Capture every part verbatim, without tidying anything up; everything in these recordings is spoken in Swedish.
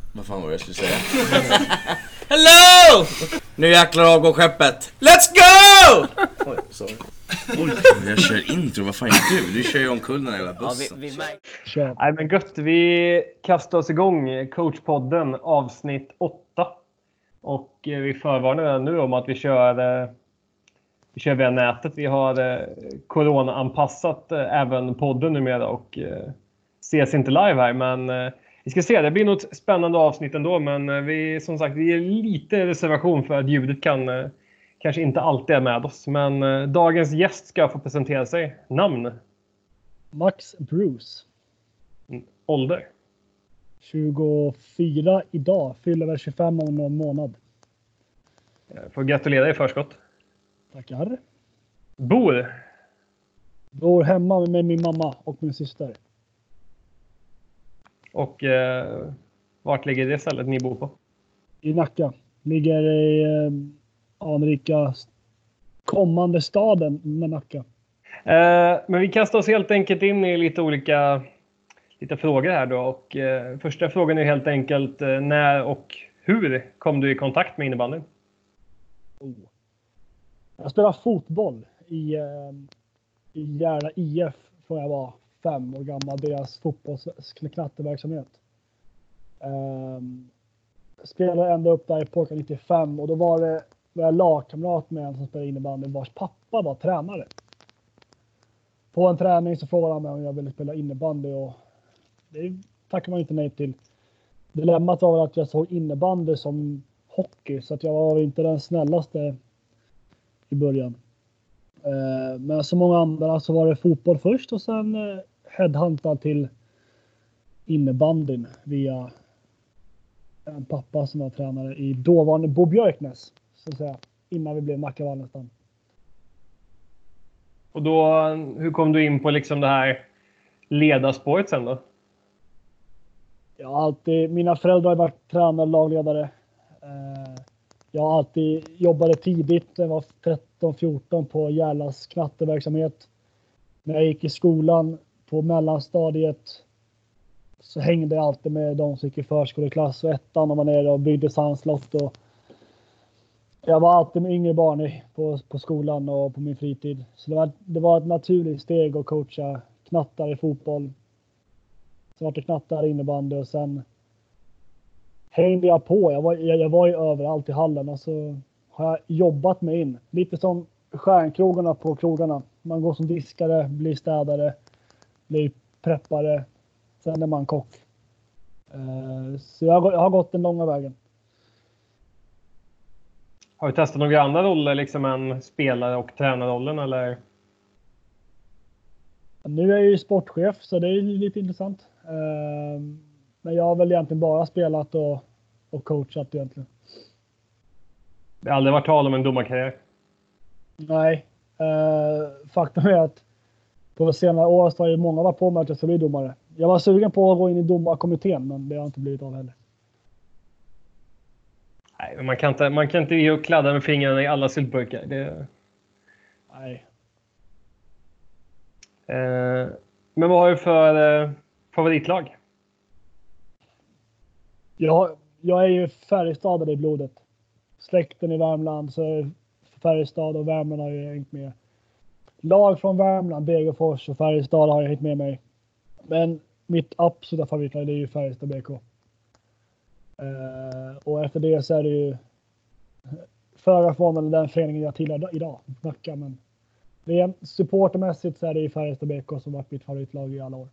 Vad fan var det jag skulle säga? Hello! Nu jäklar avgår skeppet. Let's go! Oj, sorry. Oj, jag kör intro. Vad fan är du? Du kör ju omkull den hela bussen. Ja, vi, vi Nej, men gött. Vi kastar oss igång. Coachpodden avsnitt åtta. Och vi förvarnar nu om att vi kör, vi kör via nätet. Vi har corona-anpassat även podden numera och ses inte live här. Men vi ska se, det blir något spännande avsnitt ändå. Men vi, som sagt, vi är lite reservation för att ljudet kan kanske inte alltid är med oss. Men dagens gäst ska få presentera sig. Namn? Max Bruce. Ålder? tjugofyra idag. Fyller väl tjugofem om någon månad. Jag får gratulera i förskott. Tackar. Bor? Bor hemma med min mamma och min syster. Och eh, vart ligger det stället ni bor på? I Nacka. Ligger i eh, anrika kommande staden med Nacka. Eh, men vi kastar oss helt enkelt in i lite olika lite frågor här då. Och eh, första frågan är helt enkelt eh, när och hur kom du i kontakt med innebandyn? Oh. Jag spelade fotboll i, eh, i Järna I F för jag var fem år gammal. Deras fotbollsknatteverksamhet. Eh, spelade ända upp där i pojkar nittiofem och då var det var jag lagkamrat med en som spelade innebandy vars pappa var tränare. På en träning så frågade han mig om jag ville spela innebandy och det tackade man inte nej till. Dilemmat var att jag såg innebandy som hockey så att jag var inte den snällaste i början. Men som många andra så var det fotboll först och sen headhuntad till innebandyn via en pappa som var tränare i dåvarande Bo Björknäs så att säga, innan vi blev Nacka Wallenstam. Och då, hur kom du in på liksom det här ledarspåret sen då? Jag har alltid, mina föräldrar har varit tränare och lagledare. Jag har alltid jobbat tidigt, jag var tretton fjorton på Järlas knatteverksamhet. När jag gick i skolan på mellanstadiet så hängde jag alltid med de som gick i förskoleklass och ettan och var nere och byggde sandslott. Och jag var alltid med yngre barn på, på skolan och på min fritid. Så det var, det var ett naturligt steg att coacha knattar i fotboll. Så var det knattar innebandy och sen hängde jag på. Jag var, jag, jag var ju överallt i hallen och så har jag jobbat mig in. Lite som stjärnkrogarna på krogarna. Man går som diskare, blir städare, blir preppare. Sen är man kock. Så jag har, jag har gått den långa vägen. Har du testat några andra roller liksom än spelare och tränarrollen eller? Nu är jag ju sportchef så det är lite intressant. Men jag har väl egentligen bara spelat och, och coachat egentligen. Det har aldrig varit tal om en domarkarriär? Nej. Faktum är att på senare år så har ju många varit på med att jag ska bli domare. Jag var sugen på att gå in i domarkommittén men det har inte blivit av heller. Nej, men man kan inte, man kan inte ge och kladda med fingrarna i alla syltburkar. Det... Nej. Eh, men vad har du för eh, favoritlag? Jag, jag är ju Färjestad i blodet. Släkten i Värmland så är Färjestad och Värmland har ju hängt med. Lag från Värmland, Degerfors och Färjestad har jag hängt med mig. Men mitt absoluta favoritlag är ju Färjestad B K. Uh, och efter det så är det ju förra formen den föreningen jag tillhör idag, Nacka, men det är supportermässigt så är det ju Färjestad B K som varit mitt favoritlag i alla år.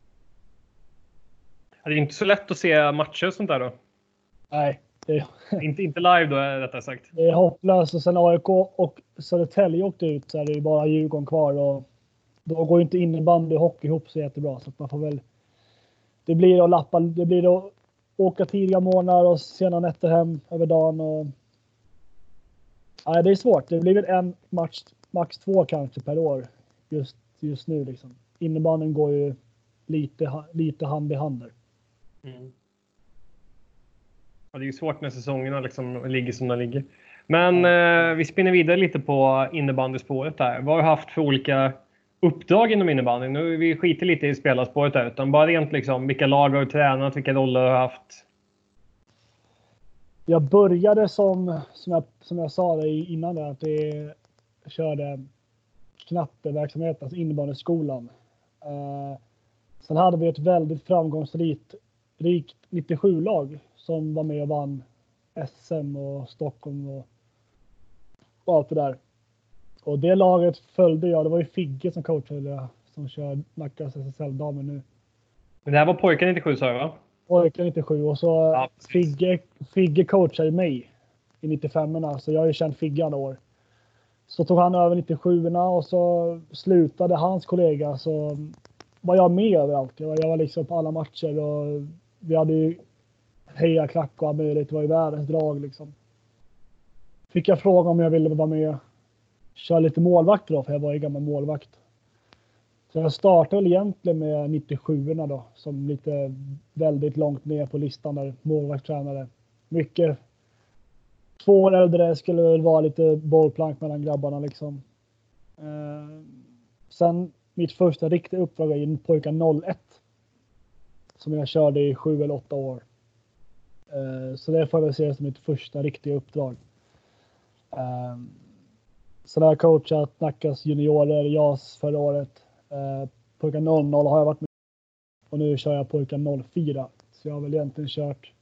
Det är inte så lätt att se matcher och sånt där då? Nej. Det är, inte, inte live då är detta sagt. Det är hopplöst och sen A I K och Södertälje åkte ut så är det ju bara Djurgården kvar och då går ju inte innebandy och hockey ihop så jättebra så att man får väl det blir att lappa, det blir att åka tidiga morgnar och sena nätter hem över dagen och nej, det är svårt. Det blir väl en match, max två kanske per år just, just nu liksom. Innebandyn går ju lite, lite hand i hand där. Mm. Ja, det är ju svårt när säsongerna liksom ligger som de ligger. Men eh, vi spinner vidare lite på innebandyspåret där. Vad har du haft för olika uppdrag inom innebandy? Nu vi skiter lite i spelarspåret där, utan bara rent liksom vilka lag har du tränat, vilka roller har du haft? Jag började som, som jag, som jag sa det innan där, att det körde knatteverksamhet, alltså innebandyskolan. Eh, sen hade vi ett väldigt framgångsrikt rikt nittiosju-lag som var med och vann S M och Stockholm och, och allt det där. Och det laget följde jag. Det var ju Figge som coachade det, som kör Nackas S S L-damen nu. Men det här var pojken nittiosju, sa jag, va? Pojken nittiosju och så Ja, Figge, Figge coachade mig i nittiofem-orna, så jag har ju känt Figge alla år. Så tog han över nittiosju-orna och så slutade hans kollega, så var jag med överallt. Jag var, jag var liksom på alla matcher och vi hade ju hejaklack och allt möjligt. Det var ju världens drag liksom. Fick jag fråga om jag ville vara med, köra lite målvakt då, för jag var ju gammal målvakt. Så jag startade väl egentligen med nittiosju-orna då, som lite väldigt långt ner på listan där, målvaktstränare. Mycket. Två år äldre skulle väl vara lite bollplank mellan grabbarna liksom. Eh, sen mitt första riktiga uppdrag är en pojka noll ett. Som jag körde i sju eller åtta år. Eh, så det får jag väl se som mitt första riktiga uppdrag. Eh, så där har jag coachat Nackas juniorer, J A S förra året. Eh, pojka noll noll har jag varit med. Och nu kör jag pojka noll fyra. Så jag har väl egentligen kört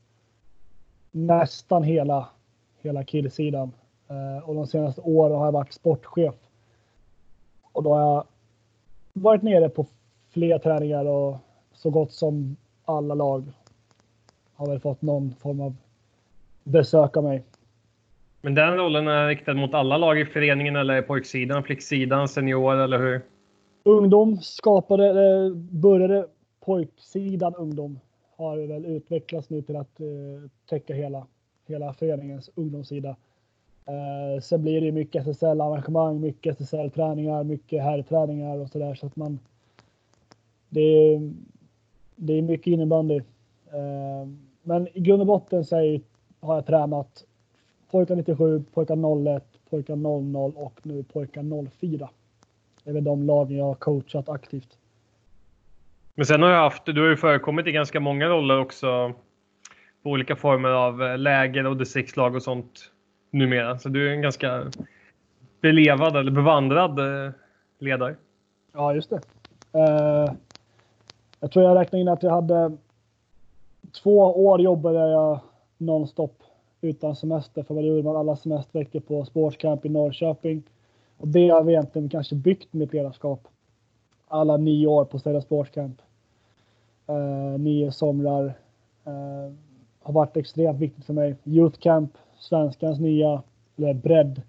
nästan hela hela killsidan. Eh, och de senaste åren har jag varit sportchef. Och då har jag varit nere på fler träningar och så gott som alla lag har väl fått någon form av besök av mig. Men den rollen är riktad mot alla lag i föreningen, eller pojksidan, flicksidan, senior, eller hur? Ungdom skapade, eh, började pojksidan ungdom. Har väl utvecklats nu till att eh, täcka hela hela föreningens ungdomssida. Eh, sen blir det mycket S S L-arrangemang, mycket S S L-träningar, mycket herrträningar och sådär. Så att man, det är, det är mycket innebandy. Eh, men i grund och botten så är, har jag tränat pojkar nittiosju, pojkar noll ett, pojkar noll noll och nu pojkar noll fyra. Det är väl de lagen jag har coachat aktivt. Men sen har jag haft, du har ju förekommit i ganska många roller också. På olika former av läger och distriktslag och sånt numera. Så du är en ganska belevad eller bevandrad ledare. Ja, just det. Uh, jag tror jag räknade in att jag hade två år jobbade jag nonstop utan semester. För vad gjorde man alla semesterveckor på sportscamp i Norrköping. Och det har vi egentligen kanske byggt mitt ledarskap. Alla nio år på Ställa sportscamp. Uh, nio somrar. Uh, har varit extremt viktigt för mig. Youth Camp, svenskans nya eller bredd.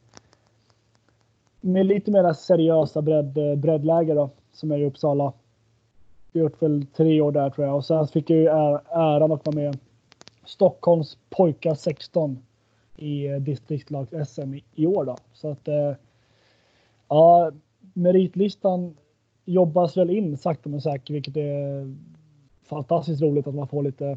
Med lite mer seriösa bredd, breddläger då, som är i Uppsala. Jag har gjort väl tre år där tror jag. Och sen fick jag ju äran att vara med Stockholms pojkar sexton i distriktslags S M i, i år då. Så att ja, meritlistan jobbas väl in sakta men säkert, vilket är fantastiskt roligt att man får lite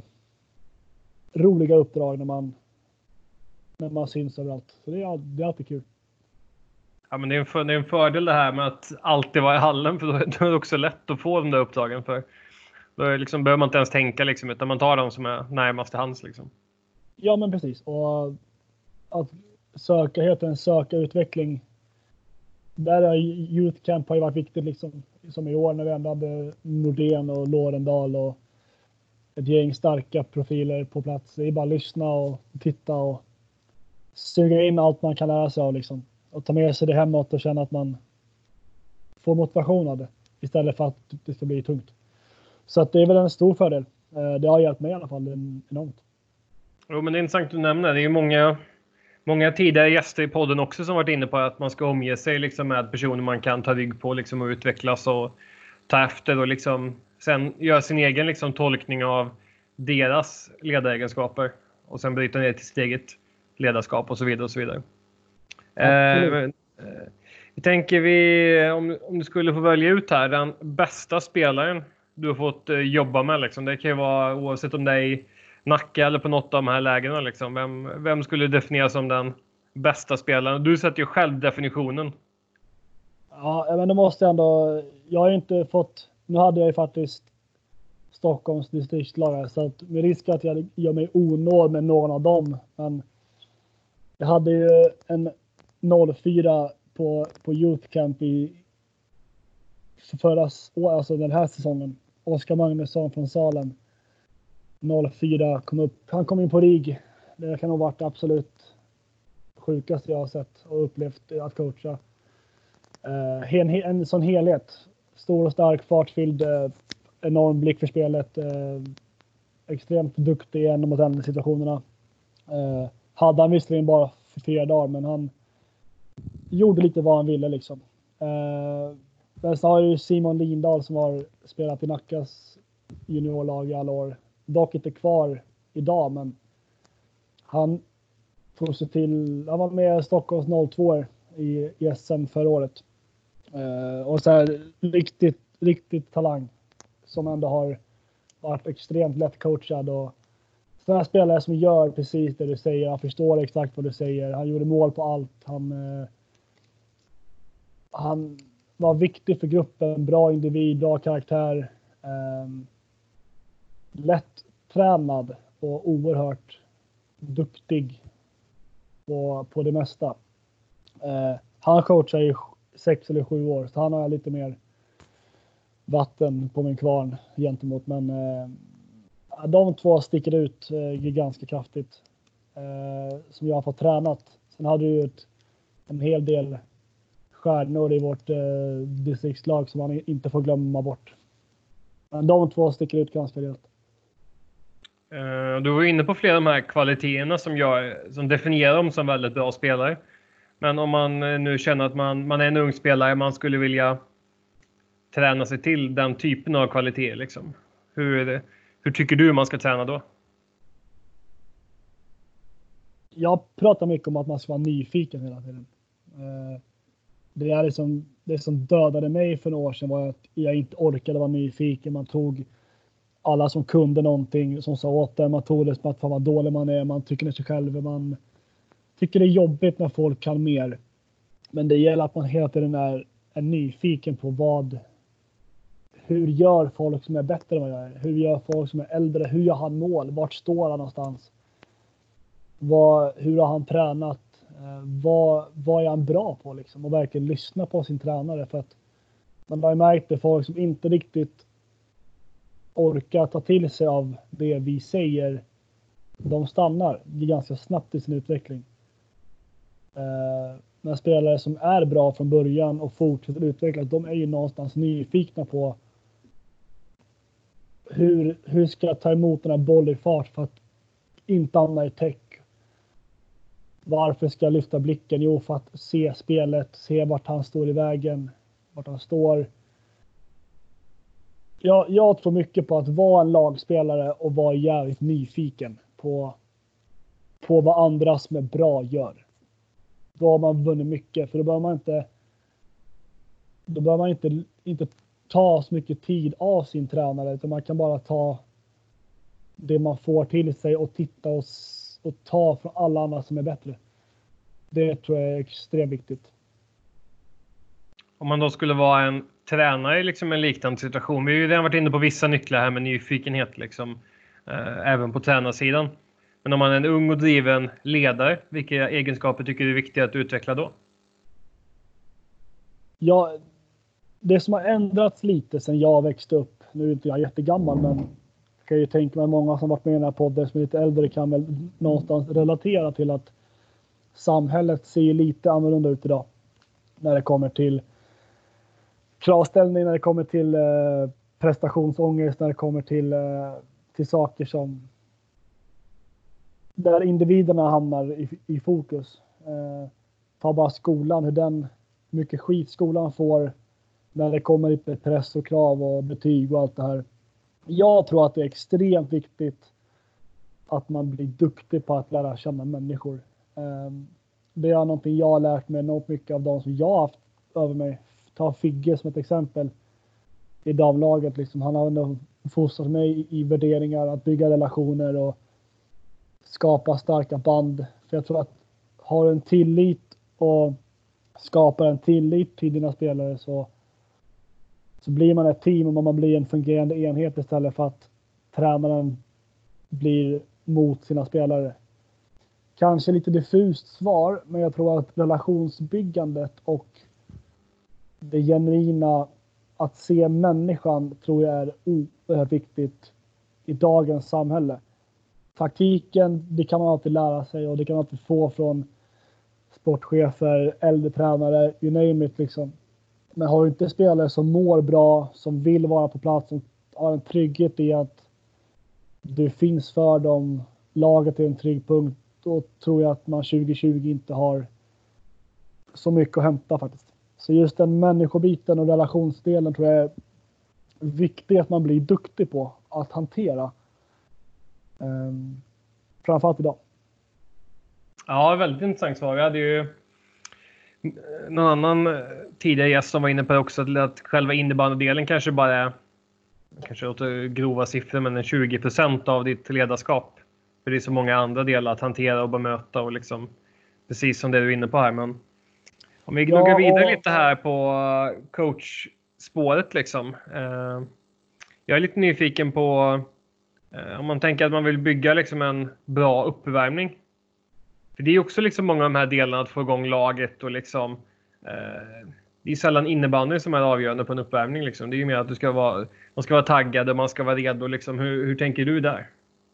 roliga uppdrag när man när man syns överallt. Så det är, det är alltid kul. Ja, men det är, en för, det är en fördel det här med att alltid vara i hallen, för då, då är det också lätt att få de där uppdragen. För då är liksom, behöver man inte ens tänka liksom, utan man tar de som är närmast till hands liksom. Ja, men precis. Och att söka heter en söka utveckling. Där är Youth Camp har ju varit viktigt liksom, som i år när vi ändå hade Nordén och Lorendal och ett gäng starka profiler på plats. Det är bara att lyssna och titta och suga in allt man kan lära sig av liksom. Och ta med sig det hemåt och känna att man får motivation av det. Istället för att det ska bli tungt. Så att det är väl en stor fördel. Det har hjälpt mig i alla fall enormt. Jo, men det är intressant att du nämner. Det är ju många, många tidigare gäster i podden också som varit inne på att man ska omge sig liksom med personer man kan ta rygg på liksom, och utvecklas och ta efter och liksom sen göra sin egen liksom, tolkning av deras ledaregenskaper och sen bryta ner till sitt eget ledarskap och så vidare och så vidare. Eh, eh, vi tänker vi om, om du skulle få välja ut här den bästa spelaren du har fått eh, jobba med liksom. Det kan ju vara oavsett om det är i Nacka eller på något av de här lägena liksom. Vem, vem skulle definieras som den bästa spelaren? Du sätter ju själv definitionen. Ja, men då måste jag ändå, jag har inte fått, nu hade jag ju faktiskt Stockholms distriktslag så att med risk att jag gör mig onåd med någon av dem, men Jag hade ju en noll fyra på, på Youth Camp i förra, alltså den här säsongen. Oskar Magnusson från Salem. noll fyra kom upp. Han kom in på RIG. Det kan nog varit det absolut sjukaste jag har sett och upplevt att coacha. Uh, en, en sån helhet. Stor och stark, fartfylld, uh, enorm blick för spelet. Uh, extremt duktig i en mot en situationerna. Uh, hade han visserligen bara för fyra dagar, men han gjorde lite vad han ville liksom. Uh, men så har ju Simon Lindahl som har spelat i Nackas juniorlag i alla år. Dock inte kvar idag, men han tog sig till, han var med i Stockholms noll två i, i S M förra året. Uh, och så här riktigt, riktigt talang som ändå har varit extremt lätt coachad och sådana här spelare som gör precis det du säger. Han förstår exakt vad du säger. Han gjorde mål på allt. Han, uh, han var viktig för gruppen. Bra individ, bra karaktär. Um, lätt tränad och oerhört duktig på, på det mesta. Uh, han coachar i sex eller sju år, så han har lite mer vatten på min kvarn gentemot. Men uh, de två sticker ut uh, ganska kraftigt. Uh, som jag har fått tränat. Sen hade ju ett, en hel del stjärnor i vårt uh, distriktslag som man inte får glömma bort. Men de två sticker ut ganska rejält. Uh, du var inne på flera av de här kvaliteterna som, jag, som definierar dem som väldigt bra spelare. Men om man nu känner att man, man är en ung spelare, man skulle vilja träna sig till den typen av kvaliteter. Liksom. Hur, är det, hur tycker du man ska träna då? Jag pratar mycket om att man ska vara nyfiken hela tiden. Uh, det, är liksom, det som dödade mig för några år sedan var att jag inte orkade vara nyfiken. Man tog alla som kunde någonting som sa åt det. Man tog det som att fan vad dålig man är. Man tycker det sig själv. Man tycker det är jobbigt när folk kan mer. Men det gäller att man hela tiden är, är nyfiken på vad, hur gör folk som är bättre än vad jag är? Hur gör folk som är äldre? Hur gör han mål? Vart står han någonstans? Vad, hur har han tränat? Eh, vad, vad är han bra på liksom? Och verkligen lyssna på sin tränare. För att man har ju märkt det, folk som inte riktigt orkar ta till sig av det vi säger. De stannar ganska snabbt i sin utveckling. Eh, men spelare som är bra från början och fortsätter utvecklas, de är ju någonstans nyfikna på hur, hur ska jag ta emot den här bollen i fart för att inte hamna i täck. Varför ska jag lyfta blicken? Jo, för att se spelet, se vart han står i vägen, vart han står. Jag, jag tror mycket på att vara en lagspelare och vara jävligt nyfiken på, på vad andra som är bra gör. Då har man vunnit mycket, för då behöver man inte då behöver man inte, inte ta så mycket tid av sin tränare, utan man kan bara ta det man får till sig och titta och, och ta från alla andra som är bättre. Det tror jag är extremt viktigt. Om man då skulle vara en tränare i liksom en liknande situation. Vi har ju redan varit inne på vissa nycklar här med nyfikenhet. Liksom, eh, även på tränarsidan. Men om man är en ung och driven ledare, vilka egenskaper tycker du är viktiga att utveckla då? Ja, det som har ändrats lite sedan jag växte upp. Nu är inte jag jättegammal, men jag kan ju tänka mig många som varit med i den här podden som är lite äldre kan väl någonstans relatera till att samhället ser lite annorlunda ut idag. När det kommer till kravställning, när det kommer till eh, prestationsångest, när det kommer till, eh, till saker som där individerna hamnar i, i fokus. Eh, ta bara skolan, hur den mycket skit skolan får när det kommer lite press och krav och betyg och allt det här. Jag tror att det är extremt viktigt att man blir duktig på att lära känna människor. Eh, det är någonting jag har lärt mig något mycket av de som jag har haft över mig. Ta Figge som ett exempel i damlaget. Liksom. Han har ändå fostrat mig i, i värderingar, att bygga relationer och skapa starka band. För jag tror att har du en tillit och skapar en tillit till dina spelare så, så blir man ett team och man blir en fungerande enhet istället för att tränaren blir mot sina spelare. kanske lite diffust svar, men jag tror att relationsbyggandet och det genuina, att se människan, tror jag är oerhört viktigt i dagens samhälle. Taktiken, det kan man alltid lära sig och det kan man alltid få från sportchefer, äldre tränare, you name it liksom. Men har du inte spelare som mår bra, som vill vara på plats, som har en trygghet i att du finns för dem, laget är en trygg punkt, då tror jag att man tjugo tjugo inte har så mycket att hämta faktiskt. Så just den människobiten och relationsdelen tror jag är viktigt att man blir duktig på att hantera. Um, framförallt idag. Ja, väldigt intressant svar. Vi hade ju någon annan tidigare gäst som var inne på det också, att själva innebandydelen kanske bara är, kanske låter grova siffror, men en tjugo procent av ditt ledarskap. För det är så många andra delar att hantera och bemöta och liksom, precis som det du är inne på här. Men om vi Ja, gnuggar vidare och... lite här på coachspåret liksom. Eh, jag är lite nyfiken på eh, om man tänker att man vill bygga liksom en bra uppvärmning. För det är också liksom många av de här delarna att få igång laget och liksom eh, det är sällan innebandy som är avgörande på en uppvärmning liksom. Det är ju mer att du ska vara, man ska vara taggad och man ska vara redo liksom. Hur, hur tänker du där?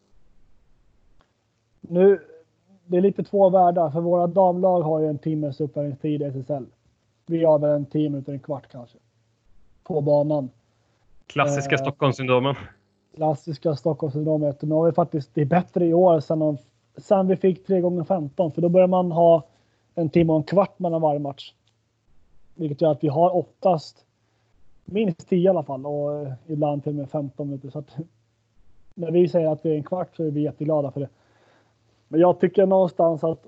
Nu, det är lite två världar, för våra damlag har ju en timmes uppvärmningstid i S S L. Vi har väl en tio minuter, en kvart kanske. På banan. Klassiska eh, Stockholmssyndromen. Klassiska Stockholmssyndromet. Nu har vi faktiskt, det är bättre i år sen, om, sen vi fick tre gånger femton. För då börjar man ha en timme och en kvart mellan varje match. Vilket gör att vi har oftast minst tio i alla fall. Och ibland till och med femton minuter. Så att, när vi säger att det är en kvart så är vi jätteglada för det. Men jag tycker någonstans att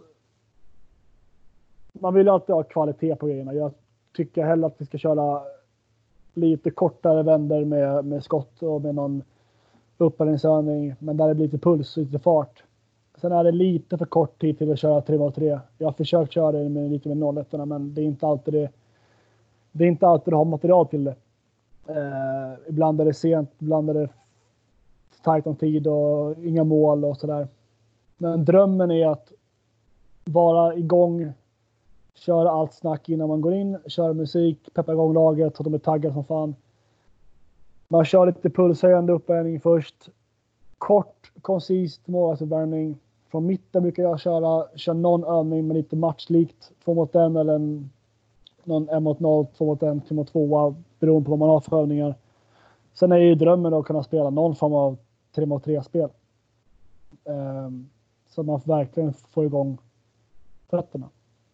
man vill alltid ha kvalitet på grejerna. Jag tycker hellre att vi ska köra lite kortare vänder med, med skott och med någon uppvärmningsövning. Men där det blir lite puls och lite fart. Sen är det lite för kort tid till att köra tre mot tre. Jag har försökt köra det med lite med noll ett, men det är inte alltid det. Det är inte alltid du har material till det. Eh, ibland är det sent, ibland är det tajt om tid och inga mål och sådär. Men drömmen är att vara igång, köra allt snack innan man går in, köra musik, peppa igång laget så att de är taggade som fan. Man kör lite pulshöjande uppvärmning först. Kort, koncist målvaktsuppvärmning. Från mitten brukar jag köra, köra någon övning med lite matchlikt. Två mot en eller en, någon en mot noll, två mot en, tre mot två, beroende på vad man har för övningar. Sen är ju drömmen att kunna spela någon form av tre mot tre spel. Um, så man verkligen får igång fötterna.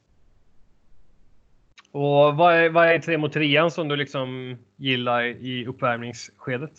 Och vad är, vad är tre mot trean som du liksom gillar i uppvärmningsskedet?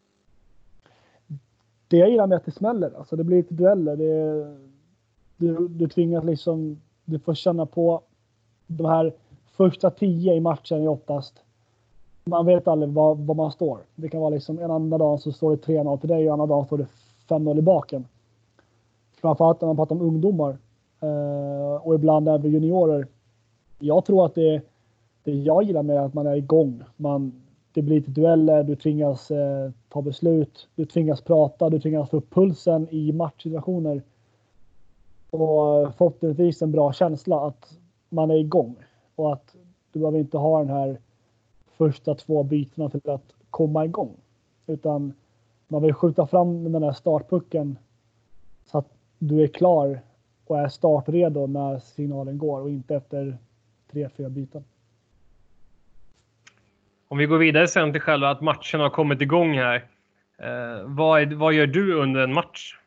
Det jag gillar med att det smäller. Alltså det blir lite dueller. Det, du, du tvingas liksom, du får känna på de här första tio i matchen är oftast. Man vet aldrig var, var man står. Det kan vara liksom en annan dag så står det tre noll till dig och en annan dag står det fem noll i baken. Framförallt när man pratar om ungdomar. Eh, och ibland även juniorer. Jag tror att det, det jag gillar med att man är igång. Man, det blir lite dueller, du tvingas eh, ta beslut, du tvingas prata, du tvingas få upp pulsen i matchsituationer. Och förhoppningsvis en bra känsla att man är igång. Och att du behöver inte ha den här första två bytena till att komma igång. Utan man vill skjuta fram den här startpucken så att du är klar och är startredo när signalen går och inte efter tre, fyra byten. Om vi går vidare sen till själva att matchen har kommit igång här. Eh, vad, är, vad gör du under en match?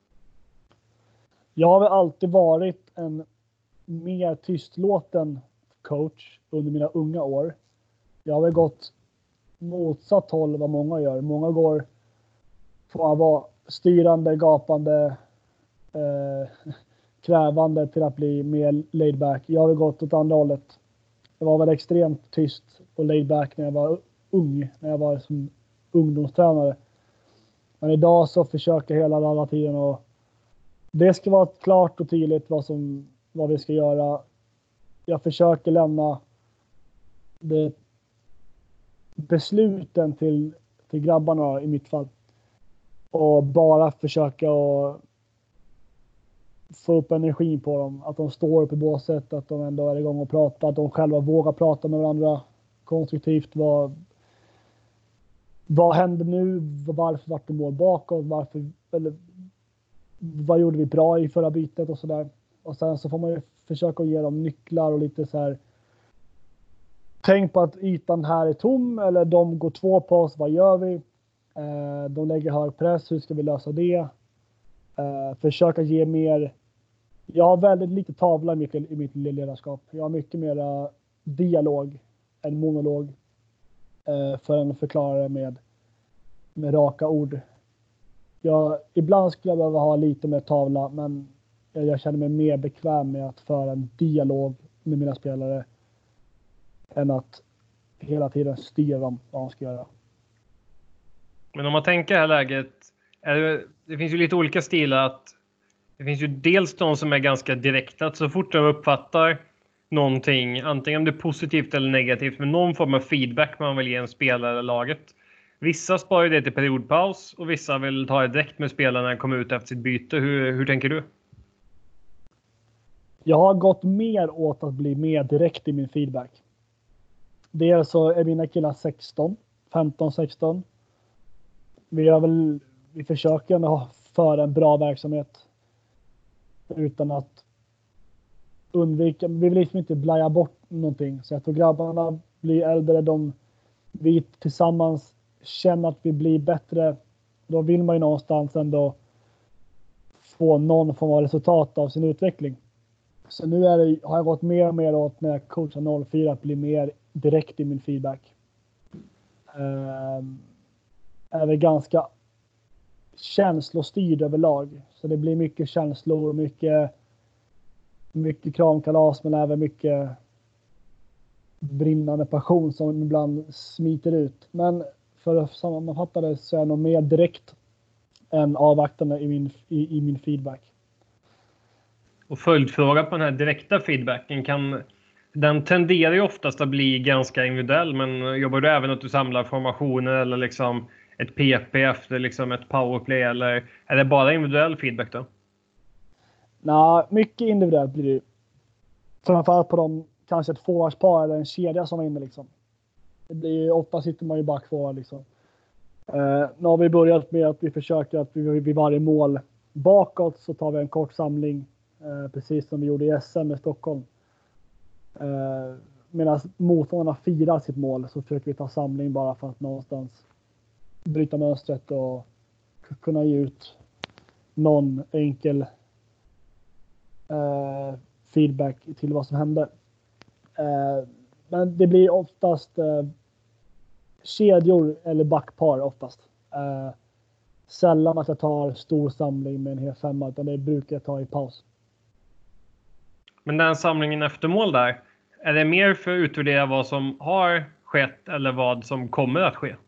Jag har väl alltid varit en mer tystlåten coach under mina unga år. Jag har väl gått motsatt håll vad många gör. Många går från att vara styrande, gapande, eh, krävande till att bli mer laid back. Jag har väl gått åt andra hållet. Jag var väl extremt tyst och laid back när jag var ung, när jag var som ungdomstränare. Men idag så försöker jag hela alla tiden och det ska vara klart och tydligt vad som vad vi ska göra. Jag försöker lämna det besluten till till grabbarna i mitt fall och bara försöka och få upp energin på dem. Att de står upp i båset, att de ändå är igång och pratar, att de själva vågar prata med varandra konstruktivt. Vad, vad händer nu? Varför vart det mål bakåt? Varför, eller, vad gjorde vi bra i förra bytet och sådär. Och sen så får man ju försöka ge dem nycklar och lite så här. Tänk på att ytan här är tom, eller de går två på oss, vad gör vi? Eh, de lägger hög press, hur ska vi lösa det? Eh, försöka ge mer. Jag har väldigt lite tavla i mitt, i mitt ledarskap. Jag har mycket mer dialog än monolog. Eh, för att förklara det med, med raka ord. Jag, ibland skulle jag behöva ha lite mer tavla, men jag, jag känner mig mer bekväm med att föra en dialog med mina spelare än att hela tiden styra dem vad de ska göra. Men om man tänker det här läget, är det, det finns ju lite olika stilar. Att det finns ju dels de som är ganska direkta, att så fort de uppfattar någonting, antingen om det är positivt eller negativt, med någon form av feedback man vill ge en spelare eller laget. Vissa sparar det till periodpaus och vissa vill ta det direkt med spelarna när de kommer ut efter sitt byte. Hur, hur tänker du? Jag har gått mer åt att bli mer direkt i min feedback. Dels så är mina killar sexton, femton sexton. Vi har väl, vi försöker ändå föra en bra verksamhet utan att undvika, vi vill liksom inte blaja bort någonting. Så jag tror grabbarna blir äldre, de, vi tillsammans känner att vi blir bättre. Då vill man ju någonstans ändå få någon form av resultat av sin utveckling. Så nu är det, har jag gått mer och mer åt när jag coachar noll fyra att bli mer direkt i min feedback. Uh, är det ganska känslostyrd överlag. Så det blir mycket känslor, mycket, mycket kramkalas, men även mycket brinnande passion som ibland smiter ut. Men för att sammanfatta det så är jag nog mer direkt än avvaktande i min, i, i min feedback. Och följdfråga på den här direkta feedbacken, kan, den tenderar ju oftast att bli ganska individuell, men jobbar du även att du samlar formationer eller liksom ett P P efter liksom ett powerplay, eller är det bara individuell feedback då? Nej, mycket individuellt blir det. Framförallt på de, kanske ett forwardspar eller en kedja som var inne liksom. Det blir ju, ofta sitter man ju back forward liksom. Uh, nu har vi börjat med att vi försöker att vi vid varje mål bakåt så tar vi en kort samling. Uh, precis som vi gjorde i S M i Stockholm. Uh, medan motståndarna firar sitt mål så försöker vi ta samling bara för att någonstans bryta mönstret och kunna ge ut någon enkel uh, feedback till vad som hände. Uh, men det blir oftast uh, kedjor eller backpar oftast. Uh, sällan att jag tar stor samling med en hel femma, utan det brukar jag ta i paus. Men den samlingen efter mål där, är det mer för att utvärdera vad som har skett eller vad som kommer att ske?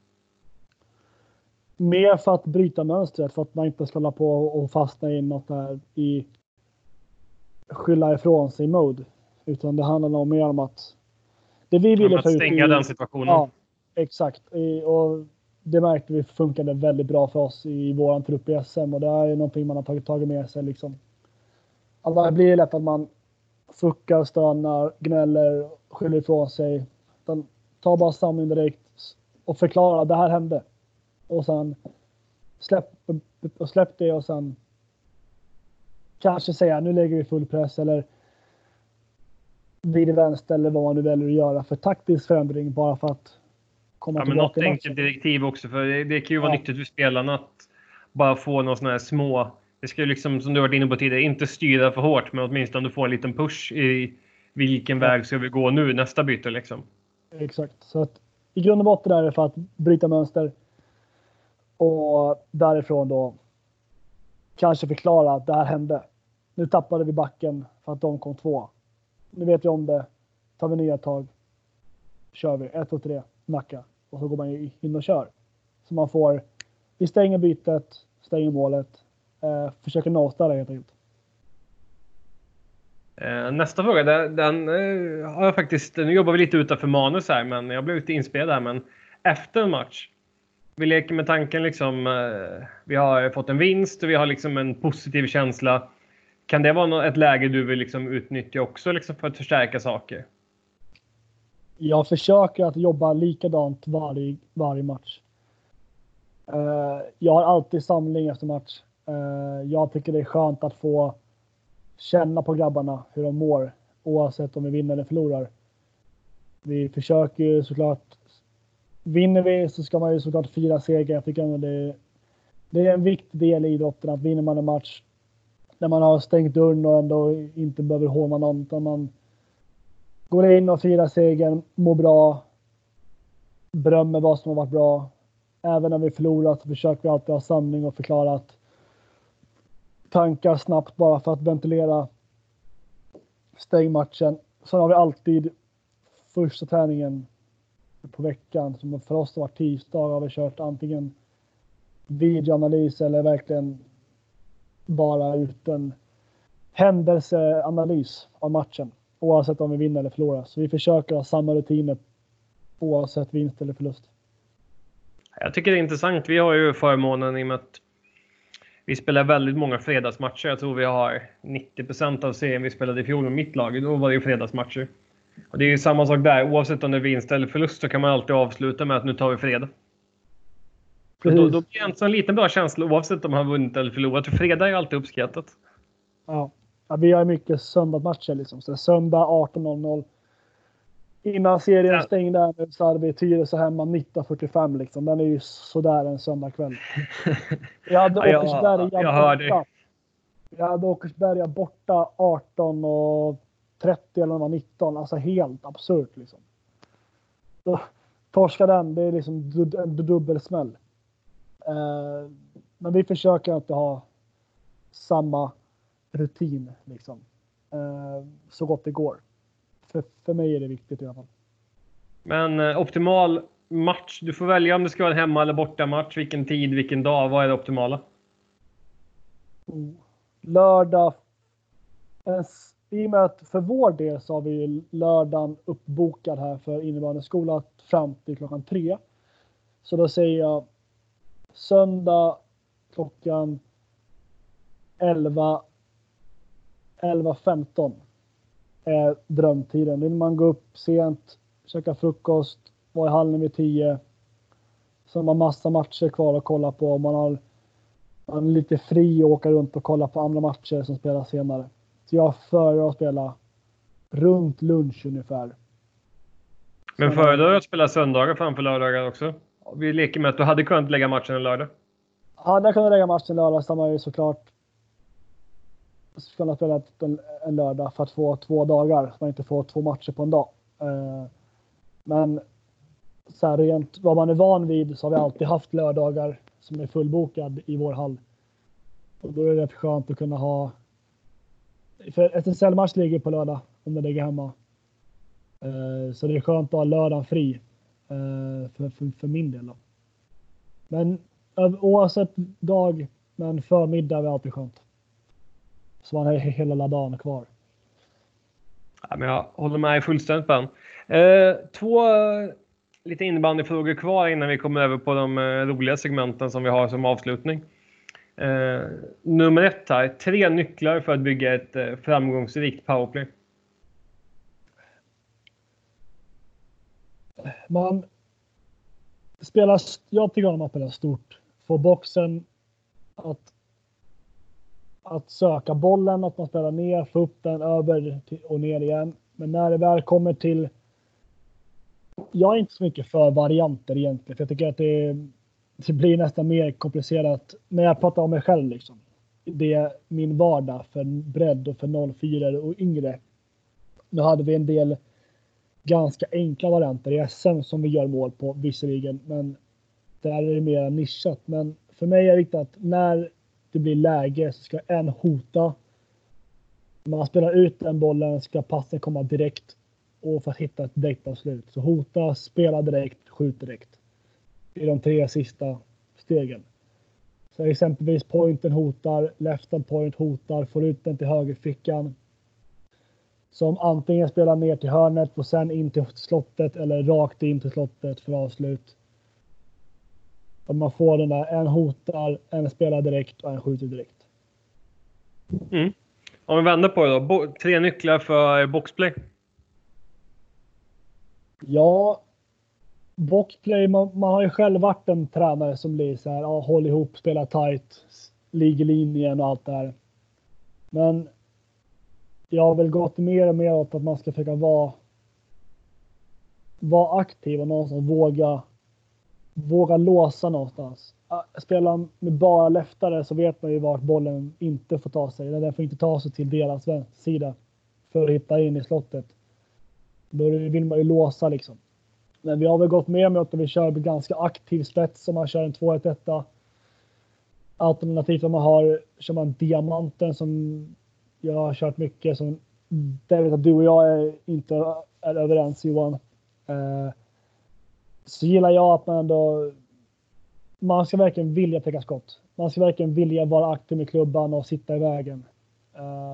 Mer för att bryta mönstret, för att man inte ska hålla på och fastna i något där i skylla ifrån sig mode. Utan det handlar nog mer om att det vi ville att stänga i, den situationen. Ja, exakt. I, och det märkte vi funkade väldigt bra för oss i våran trupp i S M, och det är någonting man har tagit tag i med sig liksom. Alltså det blir lätt att man fuckar, stönar, gnäller, skyller ifrån sig. Utan ta bara samling direkt och förklara att det här hände. Och sen släpp, och släpp det och sen kanske säga nu lägger vi full press eller vid vänster eller vad man nu väljer att göra för taktisk förändring bara för att komma ja, tillbaka. Men något enkelt direktiv också, för det, det kan ju vara ja. nyttigt för spelarna att bara få några sådana här små, det ska ju liksom som du varit inne på tidigare, inte styra för hårt, men åtminstone få en liten push i vilken ja. väg ska vi gå nu nästa byte liksom. Exakt, så att i grund och botten är det för att bryta mönster och därifrån då kanske förklara att det här hände. Nu tappade vi backen för att de kom två. Nu vet vi om det. Tar vi nya tag. Kör vi. Ett och tre. Nacka. Och så går man in och kör. Så man får. Vi stänger bytet. Stänger målet. Eh, försöker nollställa helt enkelt. Eh, nästa fråga. Den, den eh, har jag faktiskt. Nu jobbar vi lite utanför manus här. Men jag blev lite inspelad här. Men efter en match. Vi leker med tanken liksom. Eh, vi har fått en vinst. Och vi har liksom en positiv känsla. Kan det vara ett läge du vill liksom utnyttja också liksom för att förstärka saker? Jag försöker att jobba likadant varje, varje match. Uh, jag har alltid samling efter match. Uh, jag tycker det är skönt att få känna på grabbarna hur de mår. Oavsett om vi vinner eller förlorar. Vi försöker ju såklart. Vinner vi så ska man ju såklart fira seger. Jag tycker att det, det är en viktig del i idrotten att vinner man en match. När man har stängt dörren och ändå inte behöver håna någon. Utan man går in och firar segern. Mår bra. Berömmer vad som har varit bra. Även när vi förlorat så försöker vi alltid ha samling och förklara att tankar snabbt bara för att ventilera stängmatchen. Sen har vi alltid första träningen på veckan som för oss har varit tisdag har vi kört antingen videoanalys eller verkligen bara ut en händelseanalys av matchen oavsett om vi vinner eller förlorar. Så vi försöker ha samma rutiner oavsett vinst eller förlust. Jag tycker det är intressant. Vi har ju förmånen i och med att vi spelar väldigt många fredagsmatcher. Jag tror vi har nittio procent av serien vi spelade i fjol med mitt lag. Då var det ju fredagsmatcher. Och det är ju samma sak där. Oavsett om det är vinst eller förlust så kan man alltid avsluta med att nu tar vi fredag. Då, då blir det en sån liten bra känsla oavsett om man har vunnit eller förlorat. För fredag är ju alltid uppskattat. Ja, ja vi har mycket söndagsmatcher liksom. Så det är söndag arton noll noll. Innan serien ja. stängde så hade vi Tyresö hemma nitton fyrtiofem liksom. Den är ju sådär en söndagkväll. Jag hade ja, Åkersberga jag, borta. Jag hade Åkersberga borta arton och trettio eller nitton. Alltså helt absurt liksom. Så, torska den, det är liksom en dubbelsmäll. Eh, men vi försöker inte ha samma rutin liksom. Eh, så gott det går. För, för mig är det viktigt i alla fall. Men eh, optimal match. Du får välja om det ska vara en hemma- eller borta match. Vilken tid, vilken dag. Vad är det optimala? Mm. Lördag. En, I och med att för vår del så har vi lördagen uppbokad här för innebandyskola fram till klockan tre. Så då säger jag söndag klockan elva elva femton. Är drömtiden. Vill man gå upp sent, käka frukost, vara i hallen vid tio. Så har man massa matcher kvar att kolla på. Man har man är lite fri och åka runt och kolla på andra matcher som spelas senare. Så jag föredrar att spela runt lunch ungefär. Men föredrar du att spela söndagar framför lördagar också? Vi leker med att du hade kunnat lägga matchen en lördag. Hade jag kunnat lägga matchen en lördag så har man ju såklart kunna spela en, en lördag för att få två dagar. Så man inte får två matcher på en dag. Uh, men så här rent vad man är van vid så har vi alltid haft lördagar som är fullbokad i vår hall. Och då är det rätt skönt att kunna ha. För S S L-match ligger på lördag om det ligger hemma. Uh, så det är skönt att ha lördagen fri. Uh, för, för, för min del då. Men uh, oavsett dag, men förmiddag är alltid skönt. Så man har hela dagen kvar. Ja, men jag håller med fullständigt på den. Eh, två lite innebandyfrågor kvar innan vi kommer över på de eh, roliga segmenten som vi har som avslutning. Eh, nummer ett här. Tre nycklar för att bygga ett eh, framgångsrikt powerplay. Man spelar, jag tycker om att spela stort. Få boxen att att söka bollen, att man spelar ner, få upp den över och ner igen. Men när det väl kommer till. Jag är inte så mycket för varianter egentligen. För jag tycker att det, det blir nästan mer komplicerat. När jag pratar om mig själv liksom. Det är min vardag för bredd och för noll fyra och yngre. Nu hade vi en del ganska enkla varianter i S M som vi gör mål på visserligen. Men där är det mer nischat. Men för mig är det viktigt att när det blir läge så ska en hota. När man spelar ut den bollen ska passen komma direkt. Och för att hitta ett direktavslut. Så hota, spela direkt, skjut direkt. Det är de tre sista stegen. Så exempelvis pointen hotar, leften point hotar, får ut den till högerfickan. Som antingen spelar ner till hörnet och sen in till slottet eller rakt in till slottet för avslut. Och man får den där, en hotar, en spelar direkt och en skjuter direkt. Mm. Om vi vänder på det då. Bo- tre nycklar för boxplay. Ja, boxplay, man, man har ju själv varit en tränare som blir så här, ja, håll ihop, spela tight, ligger linjen och allt det här. Men jag har väl gått mer och mer åt att man ska försöka vara, vara aktiv och någonstans våga, våga låsa någonstans. Spelar med bara läftare så vet man ju vart bollen inte får ta sig. Den får inte ta sig till deras sida för att hitta in i slottet. Då vill man ju låsa liksom. Men vi har väl gått med med att vi kör ganska aktiv spets som man kör en två ett ett. Alternativt om man har, kör man diamanten som jag har kört mycket. Som, det vet att du och jag är inte är överens, Johan. Eh, så gillar jag att man ändå, man ska verkligen vilja täcka skott. Man ska verkligen vilja vara aktiv med klubban och sitta i vägen. Eh,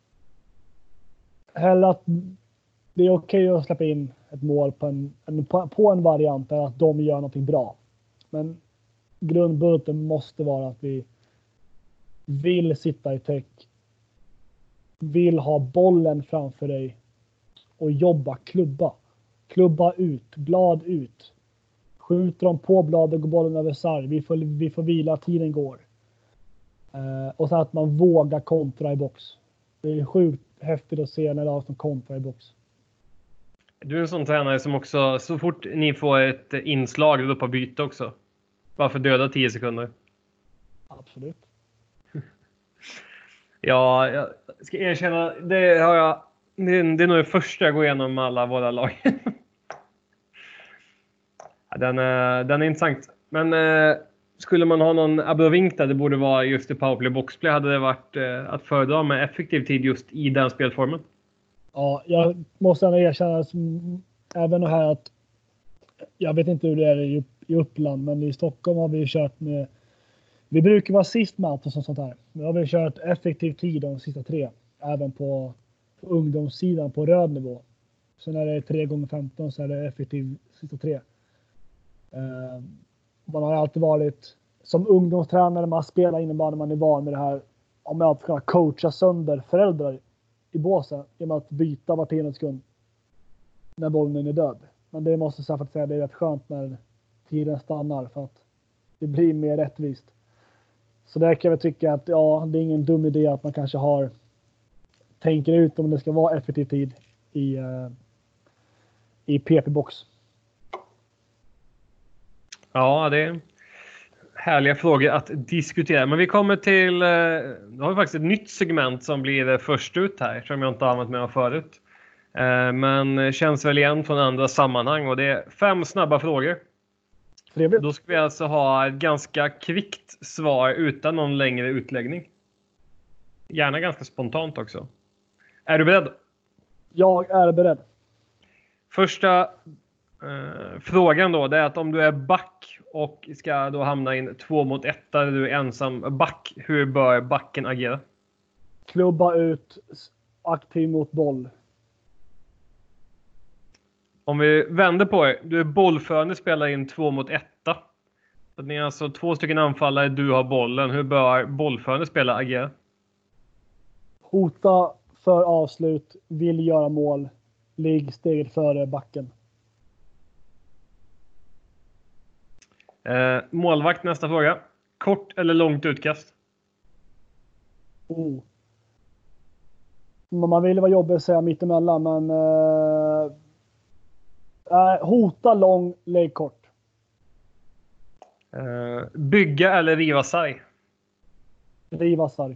hellre att det är okej att släppa in ett mål på en, en, på en variant där att de gör någonting bra. Men grundbulten måste vara att vi vill sitta i täck, vill ha bollen framför dig och jobba, klubba. Klubba ut, blad ut. Skjuter de på blad och går bollen över sarg. Vi får, vi får vila, tiden går. Eh, och så att man vågar kontra i box. Det är sjukt häftigt att se när det är som kontra i box. Du är en sån tränare som också, så fort ni får ett inslag, då på byte också. Bara för döda tio sekunder. Absolut. Ja, jag ska erkänna, det har jag, det är, det är nog det första jag går igenom med alla våra lag. Ja, den, är, den är intressant. Men eh, skulle man ha någon abrovink där det borde vara just i powerplay boxplay, hade det varit eh, att föredra med effektiv tid just i den spelformen? Ja, jag måste ändå erkänna som, även här att jag vet inte hur det är i, i Uppland, men i Stockholm har vi kört med, vi brukar vara sist med allt och sånt här. Nu har vi kört effektiv tid de sista tre, även på, på ungdomssidan på röd nivå. Så när det är tre gånger femton så är det effektiv sista tre. Uh, man har alltid varit som ungdomstränare, man spelar innebandy, man är van med det här om jag ska coacha sönder föräldrar i båsen genom att byta var tionde sekund när bollen är död. Men det måste jag faktiskt säga, det är rätt skönt när tiden stannar för att det blir mer rättvist. Så där kan jag tycka att ja, det är ingen dum idé att man kanske har tänker ut om det ska vara effektiv tid i, uh, i P P-box. Ja, det är härliga frågor att diskutera. Men vi kommer till, då har vi faktiskt ett nytt segment som blir först ut här, som jag inte har använt mig av förut. Men känns väl igen från andra sammanhang, och det är fem snabba frågor. Trevligt. Då ska vi alltså ha ett ganska kvickt svar utan någon längre utläggning. Gärna ganska spontant också. Är du beredd? Jag är beredd. Första eh, frågan då, det är att om du är back och ska då hamna in två mot ett där du är ensam back, hur bör backen agera? Klubba ut, aktiv mot boll. Om vi vänder på det, du är bollförande, spelar in två mot etta. Så ni är alltså två stycken anfallare, du har bollen. Hur bör bollförande spela agera? Hota för avslut, vill göra mål, ligg steget före backen. Eh, målvakt, nästa fråga. Kort eller långt utkast? Oh. Man vill vara jobbig att säga mittemellan, men eh, hota lång, lägg kort. Eh, bygga eller riva sarg? Riva sarg.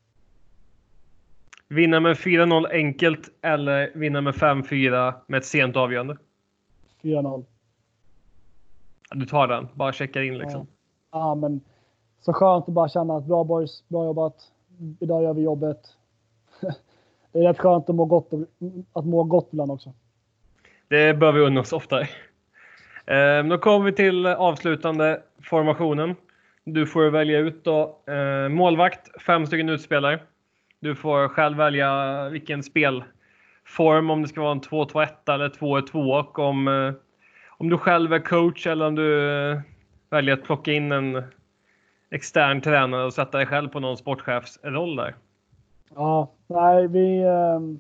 Vinna med fyra noll enkelt eller vinna med fem fyra med ett sent avgörande? fyra noll. Du tar den, bara checkar in liksom. Ja. Ja, men så skönt att bara känna att bra boys, bra jobbat. Idag gör vi jobbet. Det är rätt skönt att må gott, att må gott ibland också. Det bör vi unna oss oftare. Eh, då kommer vi till avslutande formationen. Du får välja ut då eh, målvakt, fem stycken utspelare. Du får själv välja vilken spelform, om det ska vara en två två ett eller två ett två, och om, eh, om du själv är coach eller om du eh, väljer att plocka in en extern tränare och sätta dig själv på någon sportchefsroll där. Ja, nej, vi... ehm,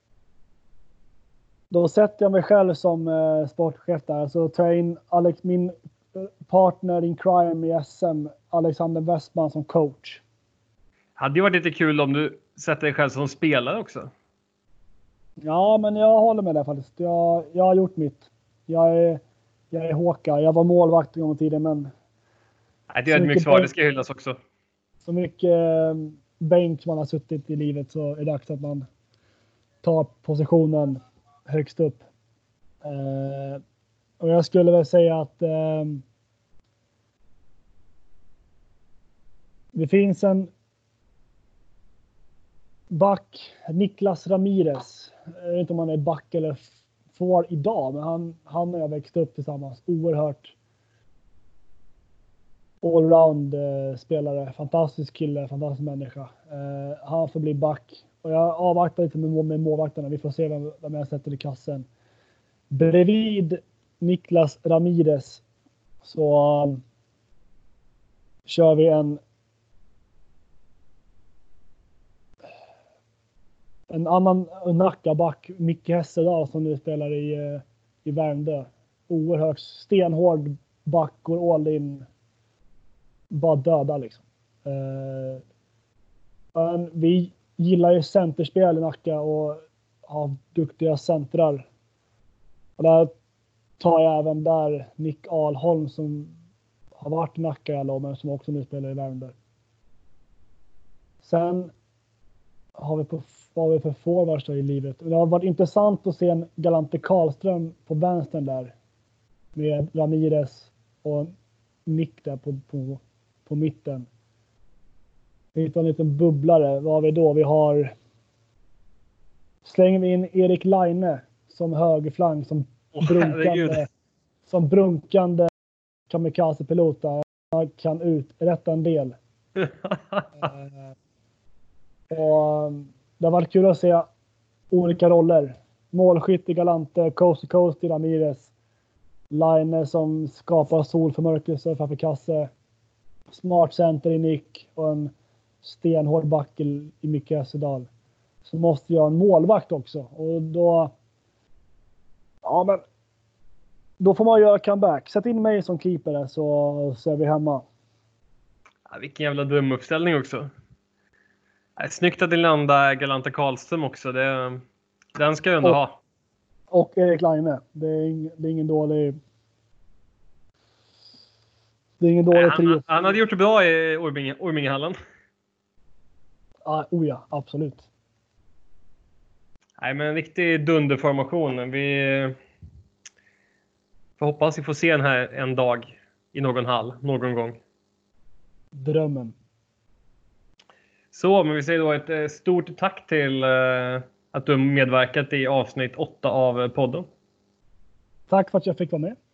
Då sätter jag mig själv som eh, sportchef där. Så tar jag in Alex, min eh, partner in crime i S M, Alexander Westman, som coach. Hade ju varit lite kul om du sätter dig själv som spelare också. Ja, men jag håller med där faktiskt. Jag, jag har gjort mitt. Jag är, jag är Håka. Jag var målvakt en gång i tiden, men Nej, det är ett mycket svar. Det ska hyllas också. så mycket eh, bänk man har suttit i livet så är det dags att man tar positionen högst upp. Eh, och jag skulle väl säga att eh, det finns en back, Niklas Ramirez. Jag vet inte om han är back eller får idag, men han, han och jag växte upp tillsammans. Oerhört allround eh, spelare. Fantastisk kille, fantastisk människa. Eh, han får bli back. Och jag avvaktar lite med, med målvakterna. Vi får se vem, vem jag sätter i kassen. Bredvid Niklas Ramirez så um, kör vi en en annan Nackaback, Micke Hessedal, som nu spelar i, uh, i Värmdö. Oerhört stenhård back, går all in. Bara döda liksom. Uh, men vi gillar ju centerspel i Nacka och har duktiga centrar. Och där tar jag även där Nick Alholm som har varit i Nacka i alla år, men som också nu spelar i Värmdö. Sen har vi på vad vi för forwards i livet. Det har varit intressant att se en Galante Karlström på vänstern där. Med Ramirez och Nick där på, på, på mitten. Vi hittar en liten bubblare. Vad har vi då? Vi har... Slänger vi in Erik Laine som högerflank, som brunkande, som brunkande kamikaze-pilot där. Han kan uträtta en del. uh, och det har varit kul att se olika roller. Målskytt i Galante, coast to coast i Ramirez. Line som skapar solförmörkelse framför kasse. Smart center i Nick och en stenhård back i Micke Hessedal. Så måste jag ha en målvakt också. Och då... Ja, men... Då får man göra comeback. Sätt in mig som keeper så, så är vi hemma. Ja, vilken jävla dum uppställning också. Ja, snyggt att det landar Galante Karlström också. Det, den ska jag ändå och, ha. Och Erik Laine. Det är, ing, det är ingen dålig... Det är ingen dålig Nej, trio. han, han hade gjort det bra i Orminge, Ormingehallen. Ah, oh ja, absolut. Nej, men en riktig dunderformation. Vi får hoppas vi får se den här en dag i någon hall, någon gång. Drömmen. Så, men vi säger då ett stort tack till uh, att du har medverkat i avsnitt åtta av podden. Tack för att jag fick vara med.